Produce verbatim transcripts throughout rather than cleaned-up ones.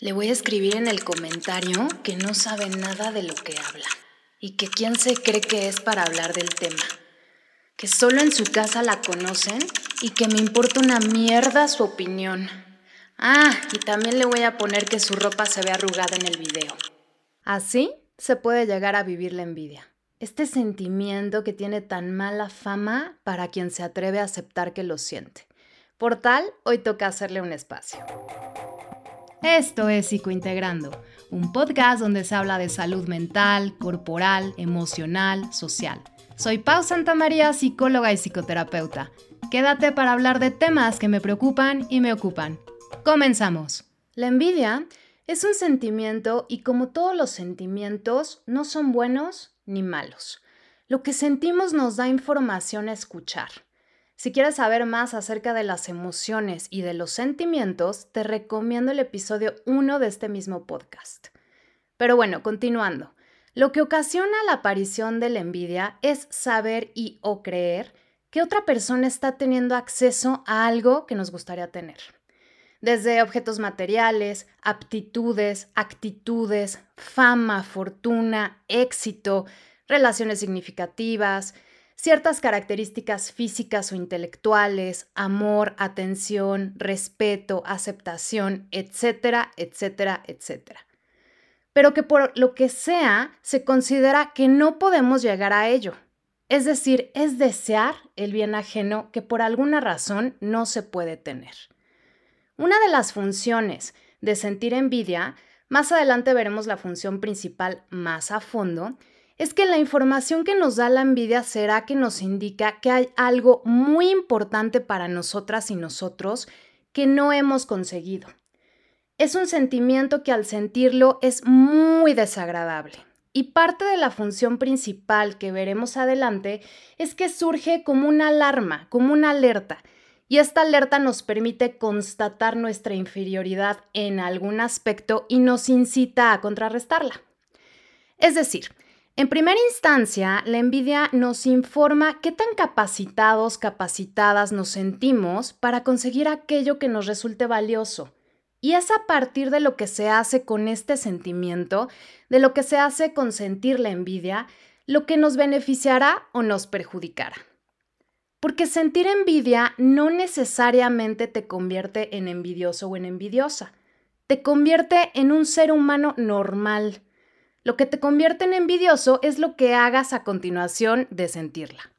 Le voy a escribir en el comentario que no sabe nada de lo que habla y que quién se cree que es para hablar del tema, que solo en su casa la conocen y que me importa una mierda su opinión. Ah, y también le voy a poner que su ropa se ve arrugada en el video. Así se puede llegar a vivir la envidia. Este sentimiento que tiene tan mala fama para quien se atreve a aceptar que lo siente. Por tal, hoy toca hacerle un espacio. Esto es Psicointegrando, un podcast donde se habla de salud mental, corporal, emocional, social. Soy Pau Santamaría, psicóloga y psicoterapeuta. Quédate para hablar de temas que me preocupan y me ocupan. ¡Comenzamos! La envidia es un sentimiento y como todos los sentimientos, no son buenos ni malos. Lo que sentimos nos da información a escuchar. Si quieres saber más acerca de las emociones y de los sentimientos, te recomiendo el episodio uno de este mismo podcast. Pero bueno, continuando. Lo que ocasiona la aparición de la envidia es saber y o creer que otra persona está teniendo acceso a algo que nos gustaría tener. Desde objetos materiales, aptitudes, actitudes, fama, fortuna, éxito, relaciones significativas, ciertas características físicas o intelectuales, amor, atención, respeto, aceptación, etcétera, etcétera, etcétera. Pero que por lo que sea, se considera que no podemos llegar a ello. Es decir, es desear el bien ajeno que por alguna razón no se puede tener. Una de las funciones de sentir envidia, más adelante veremos la función principal más a fondo, es que la información que nos da la envidia será que nos indica que hay algo muy importante para nosotras y nosotros que no hemos conseguido. Es un sentimiento que al sentirlo es muy desagradable. Y parte de la función principal que veremos adelante es que surge como una alarma, como una alerta. Y esta alerta nos permite constatar nuestra inferioridad en algún aspecto y nos incita a contrarrestarla. Es decir, en primera instancia, la envidia nos informa qué tan capacitados, capacitadas nos sentimos para conseguir aquello que nos resulte valioso. Y es a partir de lo que se hace con este sentimiento, de lo que se hace con sentir la envidia, lo que nos beneficiará o nos perjudicará. Porque sentir envidia no necesariamente te convierte en envidioso o en envidiosa. Te convierte en un ser humano normal. Lo que te convierte en envidioso es lo que hagas a continuación de sentirla.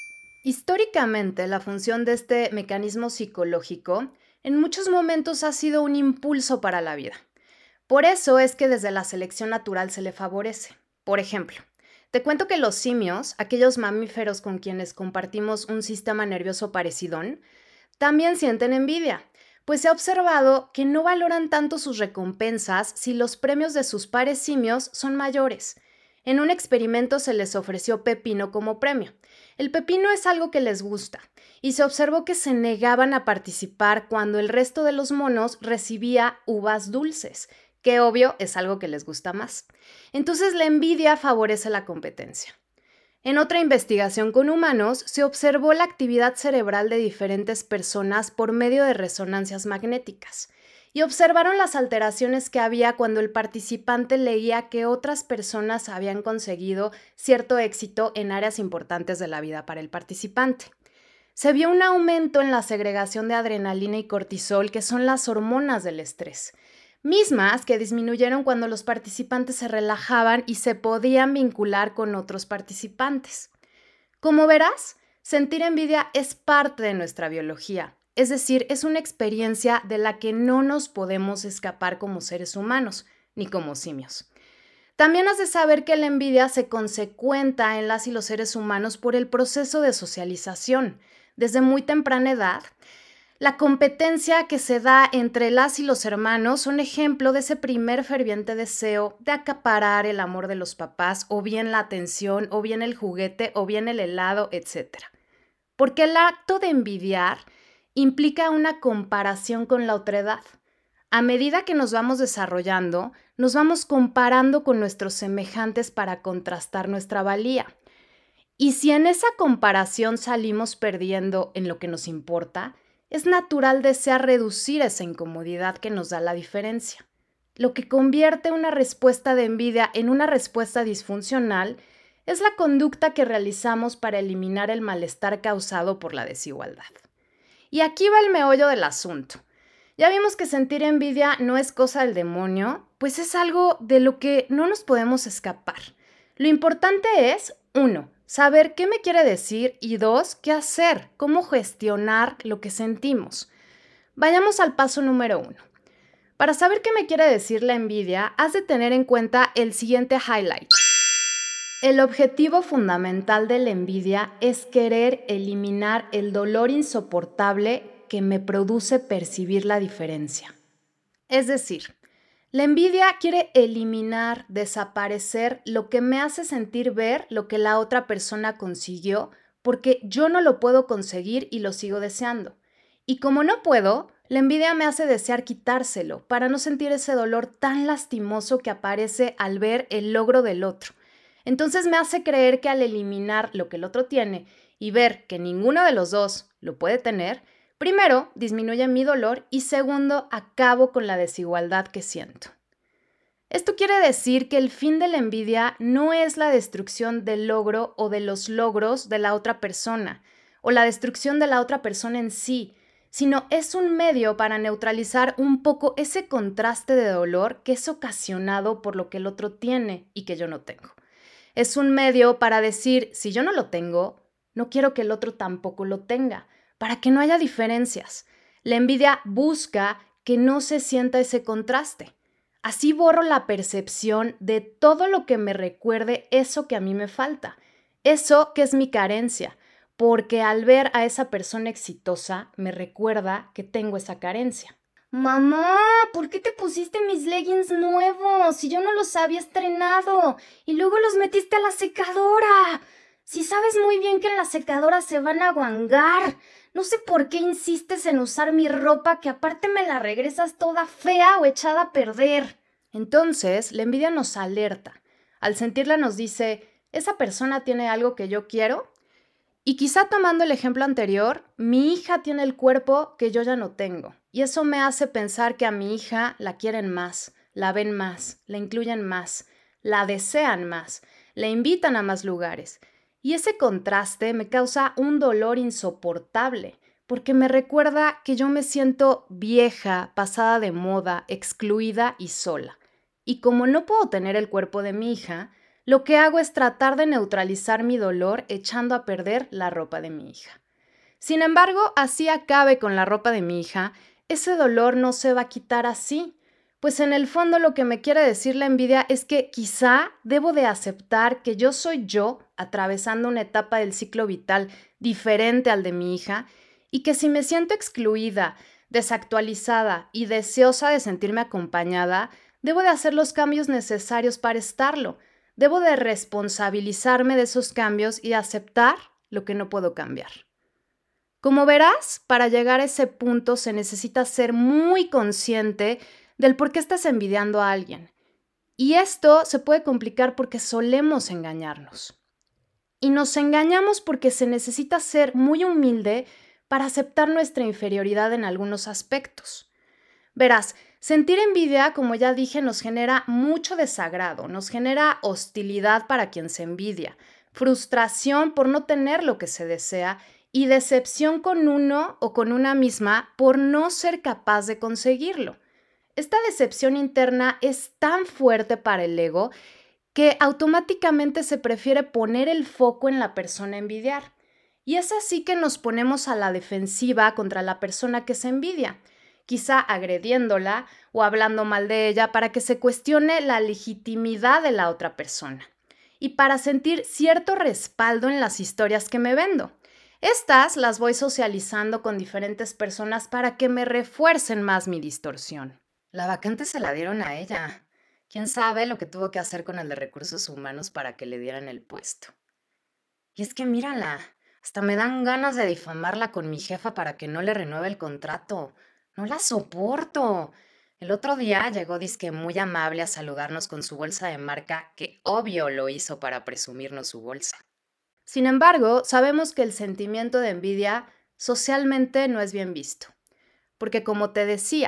Históricamente, la función de este mecanismo psicológico en muchos momentos ha sido un impulso para la vida. Por eso es que desde la selección natural se le favorece. Por ejemplo, te cuento que los simios, aquellos mamíferos con quienes compartimos un sistema nervioso parecidón, también sienten envidia, pues se ha observado que no valoran tanto sus recompensas si los premios de sus pares simios son mayores. En un experimento se les ofreció pepino como premio. El pepino es algo que les gusta, y se observó que se negaban a participar cuando el resto de los monos recibía uvas dulces, que obvio es algo que les gusta más. Entonces la envidia favorece la competencia. En otra investigación con humanos, se observó la actividad cerebral de diferentes personas por medio de resonancias magnéticas y observaron las alteraciones que había cuando el participante leía que otras personas habían conseguido cierto éxito en áreas importantes de la vida para el participante. Se vio un aumento en la segregación de adrenalina y cortisol, que son las hormonas del estrés, mismas que disminuyeron cuando los participantes se relajaban y se podían vincular con otros participantes. Como verás, sentir envidia es parte de nuestra biología, es decir, es una experiencia de la que no nos podemos escapar como seres humanos, ni como simios. También has de saber que la envidia se consecuenta en las y los seres humanos por el proceso de socialización. Desde muy temprana edad, la competencia que se da entre las y los hermanos son ejemplo de ese primer ferviente deseo de acaparar el amor de los papás, o bien la atención, o bien el juguete, o bien el helado, etcétera. Porque el acto de envidiar implica una comparación con la otredad. A medida que nos vamos desarrollando, nos vamos comparando con nuestros semejantes para contrastar nuestra valía. Y si en esa comparación salimos perdiendo en lo que nos importa, es natural desear reducir esa incomodidad que nos da la diferencia. Lo que convierte una respuesta de envidia en una respuesta disfuncional es la conducta que realizamos para eliminar el malestar causado por la desigualdad. Y aquí va el meollo del asunto. Ya vimos que sentir envidia no es cosa del demonio, pues es algo de lo que no nos podemos escapar. Lo importante es, uno, saber qué me quiere decir y dos, qué hacer, cómo gestionar lo que sentimos. Vayamos al paso número uno. Para saber qué me quiere decir la envidia, has de tener en cuenta el siguiente highlight. El objetivo fundamental de la envidia es querer eliminar el dolor insoportable que me produce percibir la diferencia. Es decir, la envidia quiere eliminar, desaparecer lo que me hace sentir ver lo que la otra persona consiguió porque yo no lo puedo conseguir y lo sigo deseando. Y como no puedo, la envidia me hace desear quitárselo para no sentir ese dolor tan lastimoso que aparece al ver el logro del otro. Entonces me hace creer que al eliminar lo que el otro tiene y ver que ninguno de los dos lo puede tener, primero, disminuye mi dolor y segundo, acabo con la desigualdad que siento. Esto quiere decir que el fin de la envidia no es la destrucción del logro o de los logros de la otra persona o la destrucción de la otra persona en sí, sino es un medio para neutralizar un poco ese contraste de dolor que es ocasionado por lo que el otro tiene y que yo no tengo. Es un medio para decir, si yo no lo tengo, no quiero que el otro tampoco lo tenga, para que no haya diferencias. La envidia busca que no se sienta ese contraste. Así borro la percepción de todo lo que me recuerde eso que a mí me falta, eso que es mi carencia, porque al ver a esa persona exitosa me recuerda que tengo esa carencia. Mamá, ¿por qué te pusiste mis leggings nuevos si yo no los había estrenado? Y luego los metiste a la secadora. Si sabes muy bien que en la secadora se van a guangar. No sé por qué insistes en usar mi ropa que aparte me la regresas toda fea o echada a perder. Entonces, la envidia nos alerta. Al sentirla nos dice, ¿esa persona tiene algo que yo quiero? Y quizá tomando el ejemplo anterior, mi hija tiene el cuerpo que yo ya no tengo. Y eso me hace pensar que a mi hija la quieren más, la ven más, la incluyen más, la desean más, la invitan a más lugares. Y ese contraste me causa un dolor insoportable, porque me recuerda que yo me siento vieja, pasada de moda, excluida y sola. Y como no puedo tener el cuerpo de mi hija, lo que hago es tratar de neutralizar mi dolor echando a perder la ropa de mi hija. Sin embargo, así acabe con la ropa de mi hija, ese dolor no se va a quitar así, pues en el fondo lo que me quiere decir la envidia es que quizá debo de aceptar que yo soy yo atravesando una etapa del ciclo vital diferente al de mi hija y que si me siento excluida, desactualizada y deseosa de sentirme acompañada, debo de hacer los cambios necesarios para estarlo. Debo de responsabilizarme de esos cambios y aceptar lo que no puedo cambiar. Como verás, para llegar a ese punto se necesita ser muy consciente del por qué estás envidiando a alguien. Y esto se puede complicar porque solemos engañarnos. Y nos engañamos porque se necesita ser muy humilde para aceptar nuestra inferioridad en algunos aspectos. Verás, sentir envidia, como ya dije, nos genera mucho desagrado, nos genera hostilidad para quien se envidia, frustración por no tener lo que se desea y decepción con uno o con una misma por no ser capaz de conseguirlo. Esta decepción interna es tan fuerte para el ego que automáticamente se prefiere poner el foco en la persona a envidiar. Y es así que nos ponemos a la defensiva contra la persona que se envidia, quizá agrediéndola o hablando mal de ella para que se cuestione la legitimidad de la otra persona y para sentir cierto respaldo en las historias que me vendo. Estas las voy socializando con diferentes personas para que me refuercen más mi distorsión. La vacante se la dieron a ella. ¿Quién sabe lo que tuvo que hacer con el de recursos humanos para que le dieran el puesto? Y es que mírala, hasta me dan ganas de difamarla con mi jefa para que no le renueve el contrato. No la soporto. El otro día llegó disque muy amable a saludarnos con su bolsa de marca, que obvio lo hizo para presumirnos su bolsa. Sin embargo, sabemos que el sentimiento de envidia socialmente no es bien visto. Porque como te decía,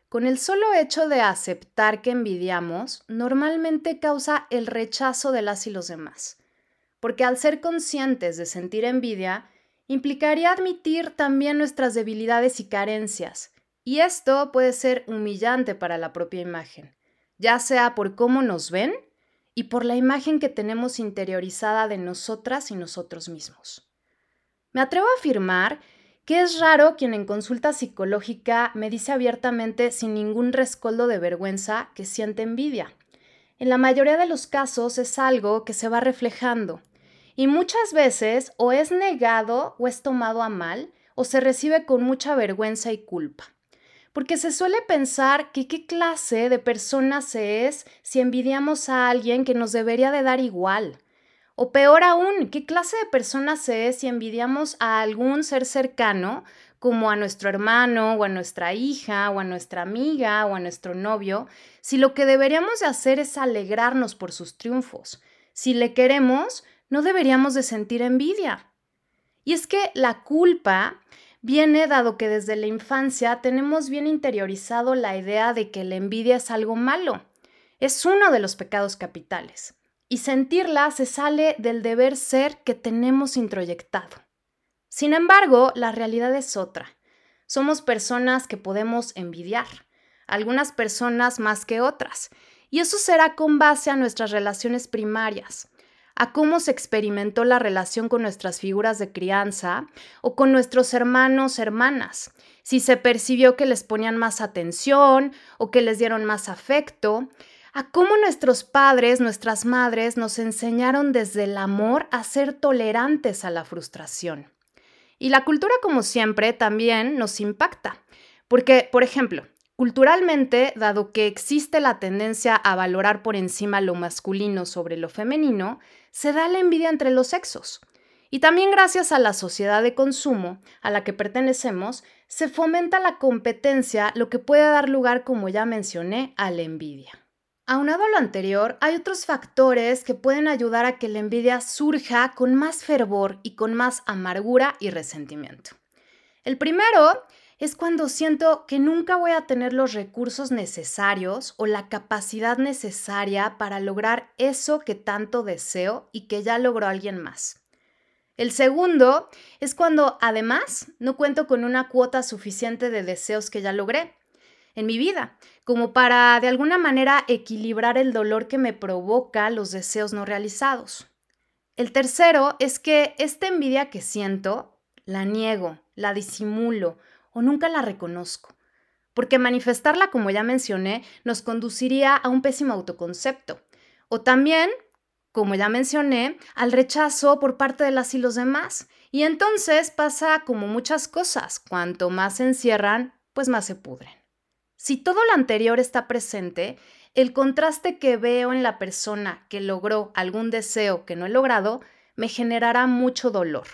con el solo hecho de aceptar que envidiamos, normalmente causa el rechazo de las y los demás. Porque al ser conscientes de sentir envidia, implicaría admitir también nuestras debilidades y carencias, y esto puede ser humillante para la propia imagen, ya sea por cómo nos ven y por la imagen que tenemos interiorizada de nosotras y nosotros mismos. Me atrevo a afirmar que es raro quien en consulta psicológica me dice abiertamente sin ningún rescoldo de vergüenza que siente envidia. En la mayoría de los casos es algo que se va reflejando y muchas veces o es negado o es tomado a mal o se recibe con mucha vergüenza y culpa. Porque se suele pensar que qué clase de persona se es si envidiamos a alguien que nos debería de dar igual. O peor aún, ¿qué clase de persona se es si envidiamos a algún ser cercano, como a nuestro hermano, o a nuestra hija, o a nuestra amiga, o a nuestro novio, si lo que deberíamos de hacer es alegrarnos por sus triunfos? Si le queremos, no deberíamos de sentir envidia. Y es que la culpa viene dado que desde la infancia tenemos bien interiorizado la idea de que la envidia es algo malo. Es uno de los pecados capitales. Y sentirla se sale del deber ser que tenemos introyectado. Sin embargo, la realidad es otra. Somos personas que podemos envidiar, algunas personas más que otras, y eso será con base a nuestras relaciones primarias, a cómo se experimentó la relación con nuestras figuras de crianza o con nuestros hermanos, hermanas, si se percibió que les ponían más atención o que les dieron más afecto, a cómo nuestros padres, nuestras madres nos enseñaron desde el amor a ser tolerantes a la frustración. Y la cultura, como siempre, también nos impacta. Porque, por ejemplo, culturalmente, dado que existe la tendencia a valorar por encima lo masculino sobre lo femenino, se da la envidia entre los sexos. Y también gracias a la sociedad de consumo a la que pertenecemos, se fomenta la competencia, lo que puede dar lugar, como ya mencioné, a la envidia. Aunado a lo anterior, hay otros factores que pueden ayudar a que la envidia surja con más fervor y con más amargura y resentimiento. El primero es cuando siento que nunca voy a tener los recursos necesarios o la capacidad necesaria para lograr eso que tanto deseo y que ya logró alguien más. El segundo es cuando, además, no cuento con una cuota suficiente de deseos que ya logré en mi vida, como para de alguna manera equilibrar el dolor que me provoca los deseos no realizados. El tercero es que esta envidia que siento, la niego, la disimulo o nunca la reconozco, porque manifestarla, como ya mencioné, nos conduciría a un pésimo autoconcepto, o también, como ya mencioné, al rechazo por parte de las y los demás. Y entonces pasa como muchas cosas, cuanto más se encierran, pues más se pudren. Si todo lo anterior está presente, el contraste que veo en la persona que logró algún deseo que no he logrado me generará mucho dolor.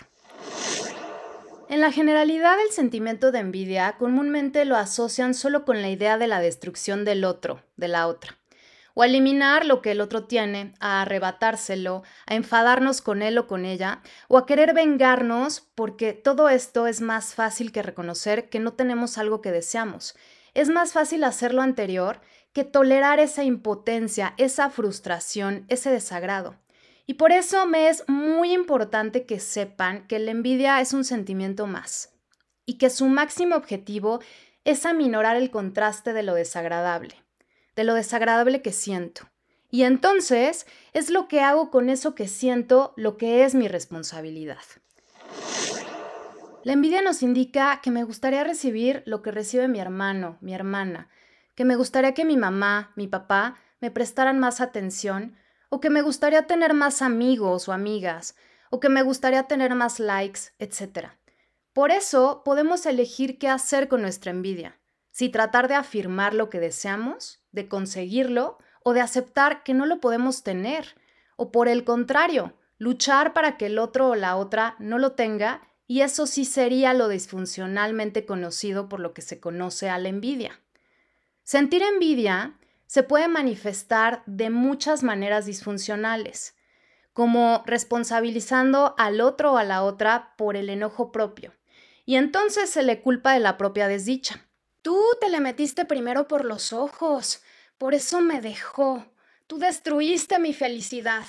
En la generalidad, el sentimiento de envidia comúnmente lo asocian solo con la idea de la destrucción del otro, de la otra, o a eliminar lo que el otro tiene, a arrebatárselo, a enfadarnos con él o con ella, o a querer vengarnos, porque todo esto es más fácil que reconocer que no tenemos algo que deseamos. Es más fácil hacer lo anterior que tolerar esa impotencia, esa frustración, ese desagrado. Y por eso me es muy importante que sepan que la envidia es un sentimiento más y que su máximo objetivo es aminorar el contraste de lo desagradable, de lo desagradable que siento. Y entonces es lo que hago con eso que siento, lo que es mi responsabilidad. La envidia nos indica que me gustaría recibir lo que recibe mi hermano, mi hermana, que me gustaría que mi mamá, mi papá me prestaran más atención, o que me gustaría tener más amigos o amigas, o que me gustaría tener más likes, etcétera. Por eso podemos elegir qué hacer con nuestra envidia, si tratar de afirmar lo que deseamos, de conseguirlo, o de aceptar que no lo podemos tener, o por el contrario, luchar para que el otro o la otra no lo tenga. Y eso sí sería lo disfuncionalmente conocido por lo que se conoce a la envidia. Sentir envidia se puede manifestar de muchas maneras disfuncionales, como responsabilizando al otro o a la otra por el enojo propio, y entonces se le culpa de la propia desdicha. Tú te le metiste primero por los ojos. Por eso me dejó. Tú destruiste mi felicidad.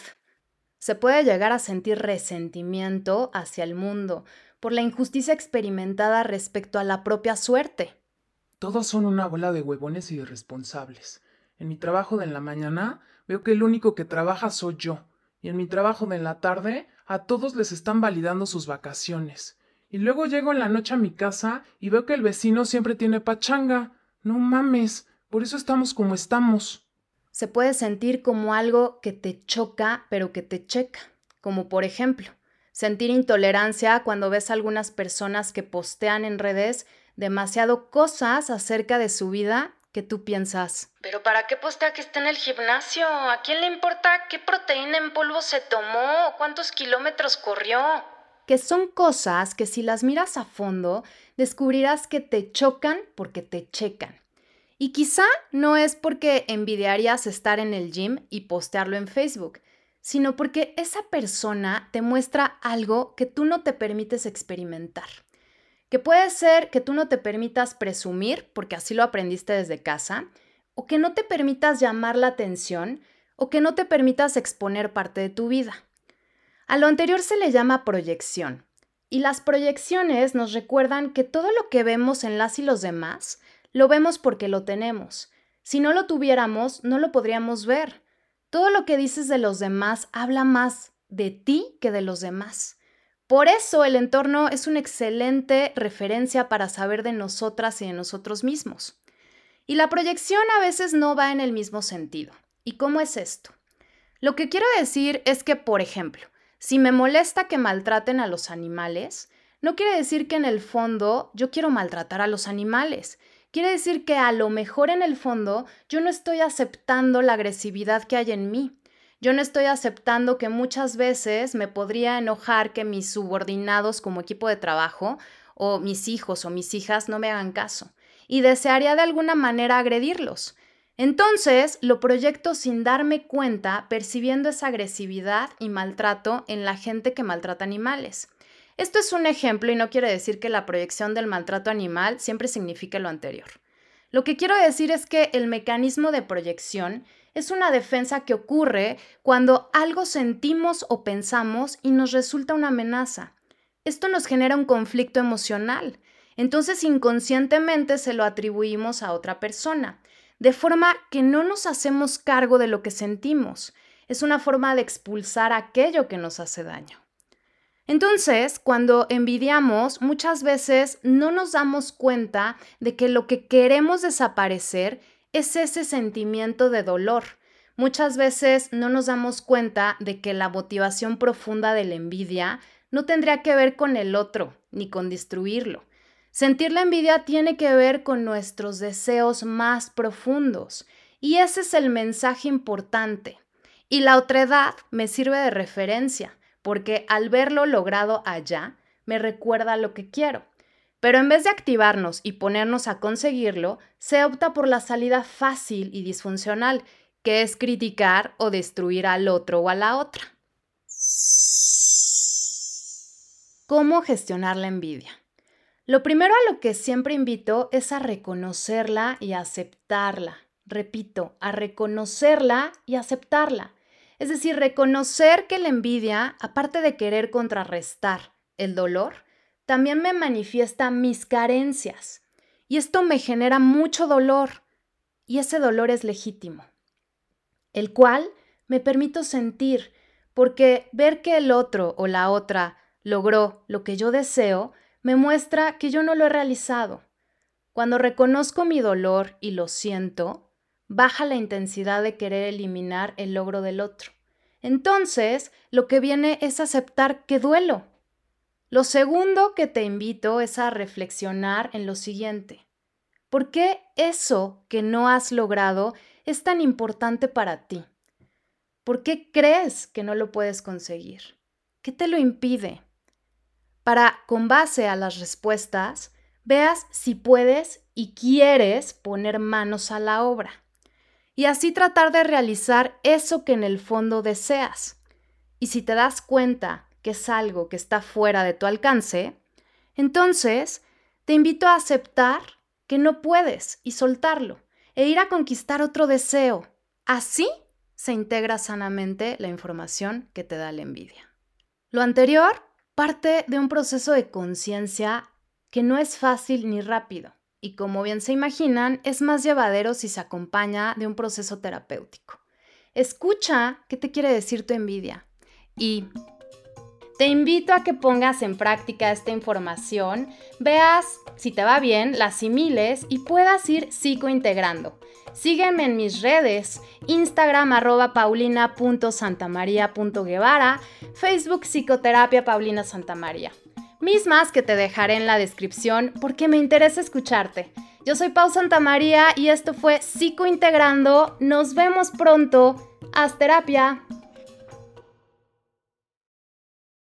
Se puede llegar a sentir resentimiento hacia el mundo por la injusticia experimentada respecto a la propia suerte. Todos son una bola de huevones y irresponsables. En mi trabajo de la mañana veo que el único que trabaja soy yo. Y en mi trabajo de la tarde a todos les están validando sus vacaciones. Y luego llego en la noche a mi casa y veo que el vecino siempre tiene pachanga. No mames, por eso estamos como estamos. Se puede sentir como algo que te choca, pero que te checa. Como por ejemplo, sentir intolerancia cuando ves a algunas personas que postean en redes demasiado cosas acerca de su vida que tú piensas. ¿Pero para qué postea que está en el gimnasio? ¿A quién le importa qué proteína en polvo se tomó? ¿Cuántos kilómetros corrió? Que son cosas que si las miras a fondo, descubrirás que te chocan porque te checan. Y quizá no es porque envidiarías estar en el gym y postearlo en Facebook, sino porque esa persona te muestra algo que tú no te permites experimentar. Que puede ser que tú no te permitas presumir, porque así lo aprendiste desde casa, o que no te permitas llamar la atención, o que no te permitas exponer parte de tu vida. A lo anterior se le llama proyección, y las proyecciones nos recuerdan que todo lo que vemos en las y los demás, lo vemos porque lo tenemos. Si no lo tuviéramos, no lo podríamos ver. Todo lo que dices de los demás habla más de ti que de los demás. Por eso el entorno es una excelente referencia para saber de nosotras y de nosotros mismos. Y la proyección a veces no va en el mismo sentido. ¿Y cómo es esto? Lo que quiero decir es que, por ejemplo, si me molesta que maltraten a los animales, no quiere decir que en el fondo yo quiero maltratar a los animales. Quiere decir que a lo mejor en el fondo yo no estoy aceptando la agresividad que hay en mí. Yo no estoy aceptando que muchas veces me podría enojar que mis subordinados como equipo de trabajo o mis hijos o mis hijas no me hagan caso y desearía de alguna manera agredirlos. Entonces lo proyecto sin darme cuenta, percibiendo esa agresividad y maltrato en la gente que maltrata animales. Esto es un ejemplo y no quiere decir que la proyección del maltrato animal siempre signifique lo anterior. Lo que quiero decir es que el mecanismo de proyección es una defensa que ocurre cuando algo sentimos o pensamos y nos resulta una amenaza. Esto nos genera un conflicto emocional. Entonces inconscientemente se lo atribuimos a otra persona, de forma que no nos hacemos cargo de lo que sentimos. Es una forma de expulsar aquello que nos hace daño. Entonces, cuando envidiamos, muchas veces no nos damos cuenta de que lo que queremos desaparecer es ese sentimiento de dolor. Muchas veces no nos damos cuenta de que la motivación profunda de la envidia no tendría que ver con el otro, ni con destruirlo. Sentir la envidia tiene que ver con nuestros deseos más profundos, y ese es el mensaje importante. Y la otredad me sirve de referencia, porque al verlo logrado allá, me recuerda lo que quiero. Pero en vez de activarnos y ponernos a conseguirlo, se opta por la salida fácil y disfuncional, que es criticar o destruir al otro o a la otra. ¿Cómo gestionar la envidia? Lo primero a lo que siempre invito es a reconocerla y aceptarla. Repito, a reconocerla y aceptarla. Es decir, reconocer que la envidia, aparte de querer contrarrestar el dolor, también me manifiesta mis carencias. Y esto me genera mucho dolor. Y ese dolor es legítimo. El cual me permito sentir, porque ver que el otro o la otra logró lo que yo deseo, me muestra que yo no lo he realizado. Cuando reconozco mi dolor y lo siento, baja la intensidad de querer eliminar el logro del otro. Entonces, lo que viene es aceptar que duelo. Lo segundo que te invito es a reflexionar en lo siguiente. ¿Por qué eso que no has logrado es tan importante para ti? ¿Por qué crees que no lo puedes conseguir? ¿Qué te lo impide? Para, con base a las respuestas, veas si puedes y quieres poner manos a la obra. Y así tratar de realizar eso que en el fondo deseas. Y si te das cuenta que es algo que está fuera de tu alcance, entonces te invito a aceptar que no puedes y soltarlo, e ir a conquistar otro deseo. Así se integra sanamente la información que te da la envidia. Lo anterior parte de un proceso de conciencia que no es fácil ni rápido, y como bien se imaginan, es más llevadero si se acompaña de un proceso terapéutico. Escucha qué te quiere decir tu envidia y te invito a que pongas en práctica esta información, veas si te va bien, la asimiles y puedas ir psicointegrando. Sígueme en mis redes, Instagram arroba paulina punto santamaria punto guevara, Facebook Psicoterapia Paulina Santamaría. Mismas que te dejaré en la descripción porque me interesa escucharte. Yo soy Pau Santamaría y esto fue Psicointegrando. Nos vemos pronto. ¡Haz terapia!